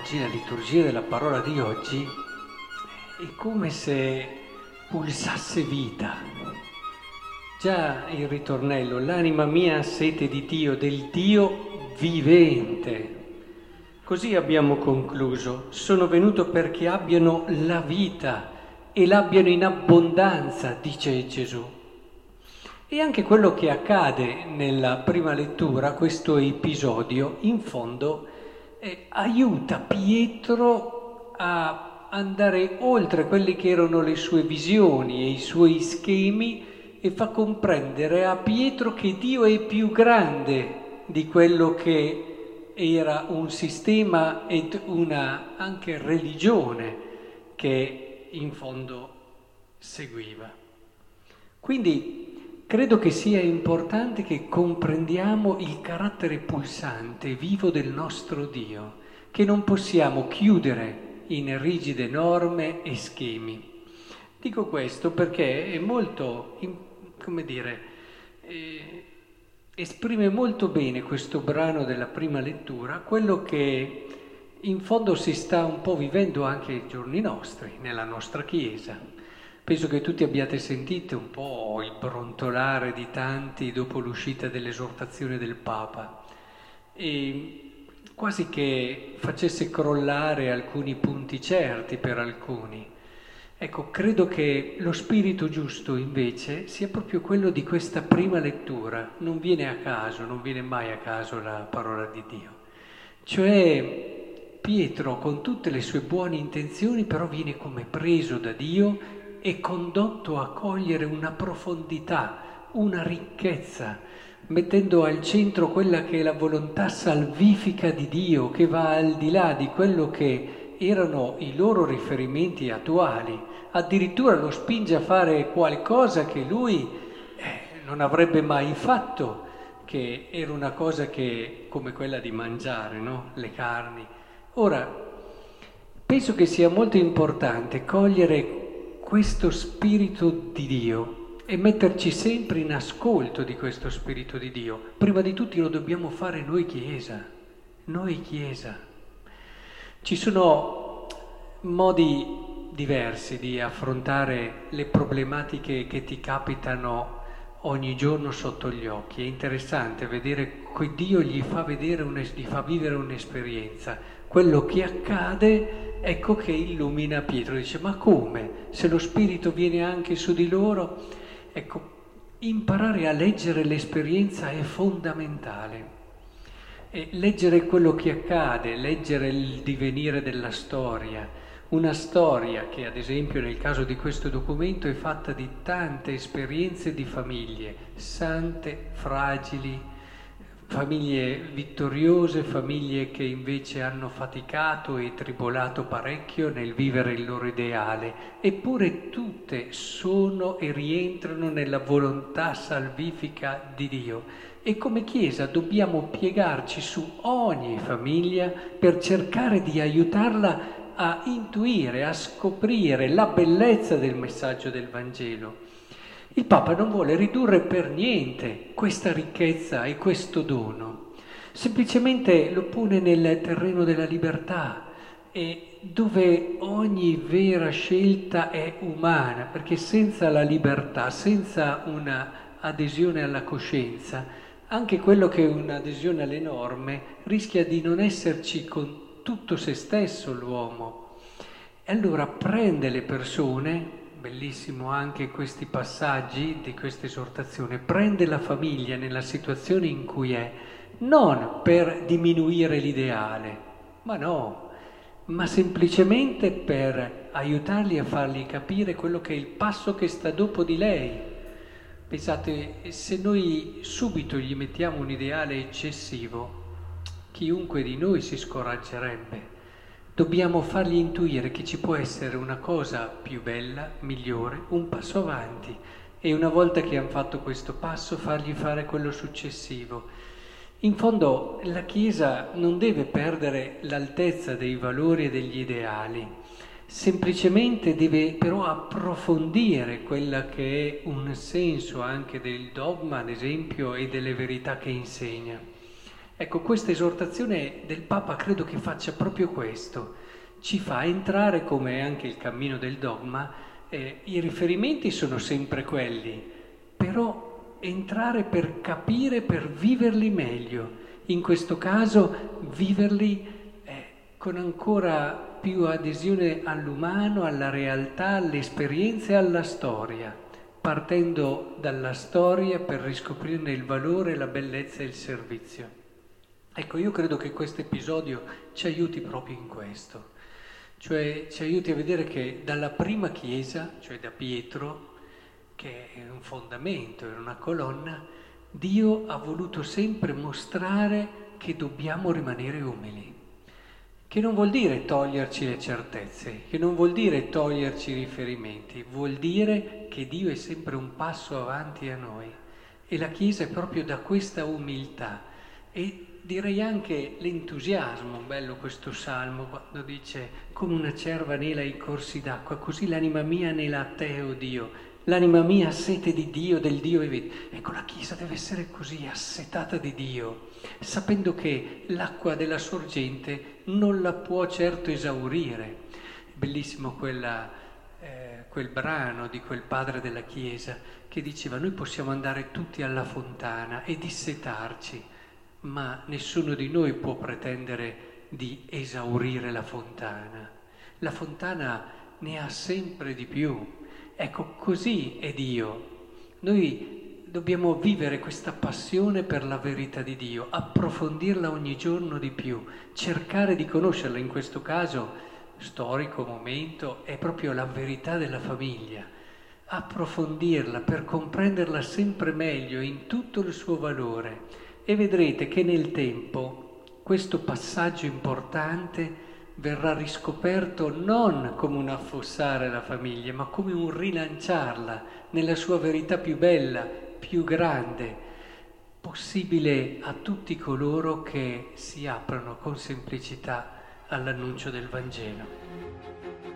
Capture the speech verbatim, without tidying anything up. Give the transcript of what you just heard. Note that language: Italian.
oggi, la liturgia della parola di oggi, è come se pulsasse vita. Già il ritornello, l'anima mia ha sete di Dio, del Dio vivente. Così abbiamo concluso, sono venuto perché abbiano la vita e l'abbiano in abbondanza, dice Gesù. E anche quello che accade nella prima lettura, questo episodio, in fondo eh, aiuta Pietro a andare oltre quelle che erano le sue visioni e i suoi schemi e fa comprendere a Pietro che Dio è più grande di quello che era un sistema ed una anche religione che in fondo seguiva. Quindi credo che sia importante che comprendiamo il carattere pulsante, vivo del nostro Dio, che non possiamo chiudere in rigide norme e schemi. Dico questo perché è molto, come dire, eh, esprime molto bene questo brano della prima lettura, quello che in fondo si sta un po' vivendo anche ai giorni nostri, nella nostra Chiesa. Penso che tutti abbiate sentito un po' il brontolare di tanti dopo l'uscita dell'esortazione del Papa, e quasi che facesse crollare alcuni punti certi per alcuni. Ecco, credo che lo spirito giusto invece sia proprio quello di questa prima lettura. Non viene a caso, non viene mai a caso la parola di Dio. Cioè Pietro, con tutte le sue buone intenzioni, però viene come preso da Dio e condotto a cogliere una profondità, una ricchezza, mettendo al centro quella che è la volontà salvifica di Dio, che va al di là di quello che erano i loro riferimenti attuali. Addirittura lo spinge a fare qualcosa che lui eh, non avrebbe mai fatto, che era una cosa che, come quella di mangiare, no? Le carni. Ora, penso che sia molto importante cogliere questo spirito di Dio e metterci sempre in ascolto di questo spirito di Dio. Prima di tutto lo dobbiamo fare noi Chiesa, noi Chiesa. Ci sono modi diversi di affrontare le problematiche che ti capitano ogni giorno sotto gli occhi. È interessante vedere che Dio gli fa vedere, gli fa vivere un'esperienza. Quello che accade, ecco che illumina Pietro. Dice, ma come? Se lo Spirito viene anche su di loro? Ecco, imparare a leggere l'esperienza è fondamentale. E leggere quello che accade, leggere il divenire della storia. Una storia che, ad esempio, nel caso di questo documento è fatta di tante esperienze di famiglie, sante, fragili, famiglie vittoriose, famiglie che invece hanno faticato e tribolato parecchio nel vivere il loro ideale, eppure tutte sono e rientrano nella volontà salvifica di Dio. E come Chiesa dobbiamo piegarci su ogni famiglia per cercare di aiutarla a intuire, a scoprire la bellezza del messaggio del Vangelo. Il Papa non vuole ridurre per niente questa ricchezza e questo dono, semplicemente lo pone nel terreno della libertà, e dove ogni vera scelta è umana, perché senza la libertà, senza una adesione alla coscienza, anche quello che è un'adesione alle norme rischia di non esserci con tutto se stesso l'uomo. E allora prende le persone, bellissimo anche questi passaggi di questa esortazione, prende la famiglia nella situazione in cui è, non per diminuire l'ideale, ma no, ma semplicemente per aiutarli a fargli capire quello che è il passo che sta dopo di lei. Pensate, se noi subito gli mettiamo un ideale eccessivo, chiunque di noi si scoraggerebbe. Dobbiamo fargli intuire che ci può essere una cosa più bella, migliore, un passo avanti, e una volta che hanno fatto questo passo fargli fare quello successivo. In fondo la Chiesa non deve perdere l'altezza dei valori e degli ideali, semplicemente deve però approfondire quella che è un senso anche del dogma, ad esempio, e delle verità che insegna. Ecco, questa esortazione del Papa credo che faccia proprio questo, ci fa entrare, come anche il cammino del dogma, eh, i riferimenti sono sempre quelli, però entrare per capire, per viverli meglio, in questo caso viverli eh, con ancora più adesione all'umano, alla realtà, alle esperienze e alla storia, partendo dalla storia per riscoprirne il valore, la bellezza e il servizio. Ecco, io credo che questo episodio ci aiuti proprio in questo, cioè ci aiuti a vedere che dalla prima chiesa, cioè da Pietro, che è un fondamento, è una colonna, Dio ha voluto sempre mostrare che dobbiamo rimanere umili, che non vuol dire toglierci le certezze, che non vuol dire toglierci i riferimenti, vuol dire che Dio è sempre un passo avanti a noi e la Chiesa è proprio da questa umiltà. E direi anche l'entusiasmo, bello questo salmo quando dice come una cerva anela i corsi d'acqua, così l'anima mia anela a te, o Dio, l'anima mia ha sete di Dio, del Dio vivente. Ecco, la Chiesa deve essere così, assetata di Dio, sapendo che l'acqua della sorgente non la può certo esaurire. È bellissimo quella, eh, quel brano di quel padre della Chiesa che diceva: noi possiamo andare tutti alla fontana e dissetarci, ma nessuno di noi può pretendere di esaurire la fontana. La fontana ne ha sempre di più. Ecco, così è Dio. Noi dobbiamo vivere questa passione per la verità di Dio, approfondirla ogni giorno di più, cercare di conoscerla. In questo caso, storico momento, è proprio la verità della famiglia. Approfondirla per comprenderla sempre meglio in tutto il suo valore. E vedrete che nel tempo questo passaggio importante verrà riscoperto non come un affossare la famiglia, ma come un rilanciarla nella sua verità più bella, più grande, possibile a tutti coloro che si aprono con semplicità all'annuncio del Vangelo.